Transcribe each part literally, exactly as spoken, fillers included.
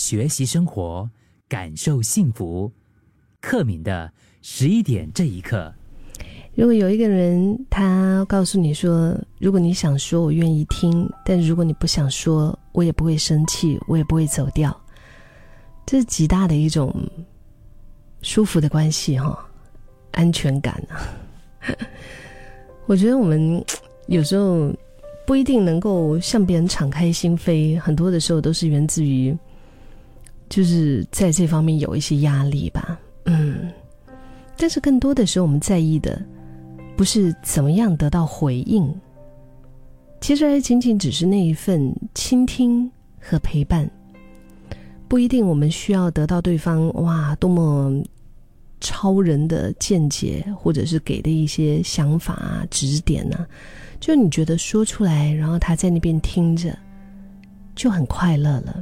学习生活，感受幸福。克敏的十一点这一刻。 如果有一个人他告诉你说，如果你想说我愿意听，但如果你不想说，我也不会生气，我也不会走掉，这是极大的一种舒服的关系哈，安全感啊。我觉得我们有时候不一定能够向别人敞开心扉，很多的时候都是源自于就是在这方面有一些压力吧。嗯，但是更多的时候我们在意的不是怎么样得到回应，其实还仅仅只是那一份倾听和陪伴。不一定我们需要得到对方哇多么超人的见解，或者是给的一些想法啊指点啊，就你觉得说出来，然后他在那边听着就很快乐了。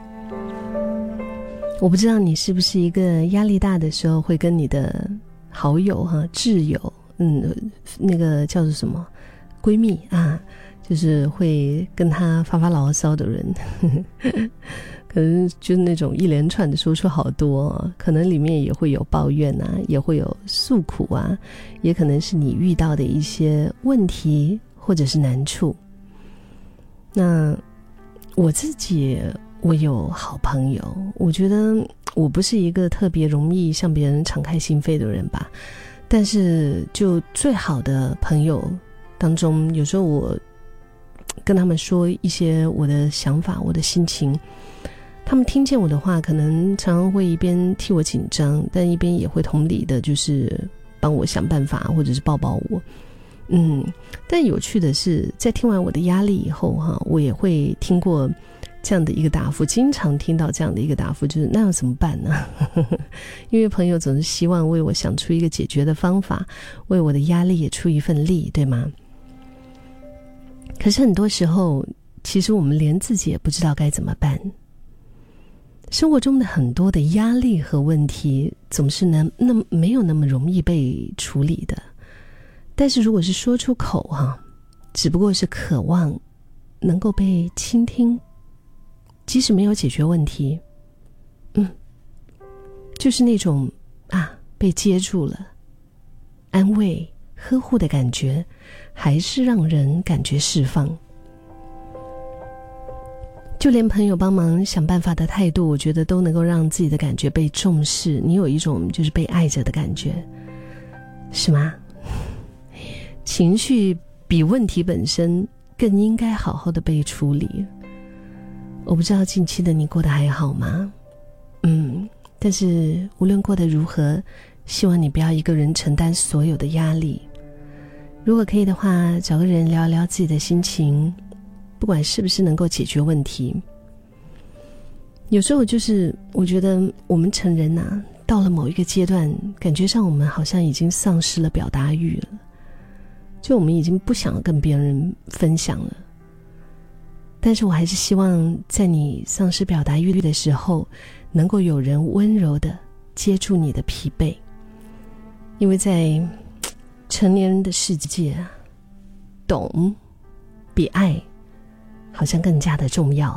我不知道你是不是一个压力大的时候会跟你的好友哈挚友嗯，那个叫做什么闺蜜啊，就是会跟她发发牢骚的人可能就是那种一连串的说出好多、哦、可能里面也会有抱怨啊，也会有诉苦啊，也可能是你遇到的一些问题或者是难处。那我自己我有好朋友，我觉得我不是一个特别容易向别人敞开心扉的人吧，但是就最好的朋友当中，有时候我跟他们说一些我的想法我的心情，他们听见我的话可能常常会一边替我紧张，但一边也会同理的就是帮我想办法或者是抱抱我。嗯，但有趣的是在听完我的压力以后哈，我也会听过这样的一个答复，经常听到这样的一个答复，就是那要怎么办呢？因为朋友总是希望为我想出一个解决的方法，为我的压力也出一份力，对吗？可是很多时候其实我们连自己也不知道该怎么办。生活中的很多的压力和问题总是呢那么没有那么容易被处理的，但是如果是说出口哈、啊，只不过是渴望能够被倾听，即使没有解决问题，嗯，就是那种啊被接住了，安慰呵护的感觉，还是让人感觉释放。就连朋友帮忙想办法的态度，我觉得都能够让自己的感觉被重视，你有一种就是被爱着的感觉，是吗？情绪比问题本身更应该好好的被处理。我不知道近期的你过得还好吗？嗯，但是无论过得如何，希望你不要一个人承担所有的压力。如果可以的话，找个人聊聊自己的心情，不管是不是能够解决问题。有时候就是我觉得我们成人啊，到了某一个阶段，感觉上我们好像已经丧失了表达欲了，就我们已经不想跟别人分享了。但是我还是希望在你丧失表达欲的时候，能够有人温柔地接住你的疲惫。因为在成年人的世界啊，懂比爱好像更加的重要。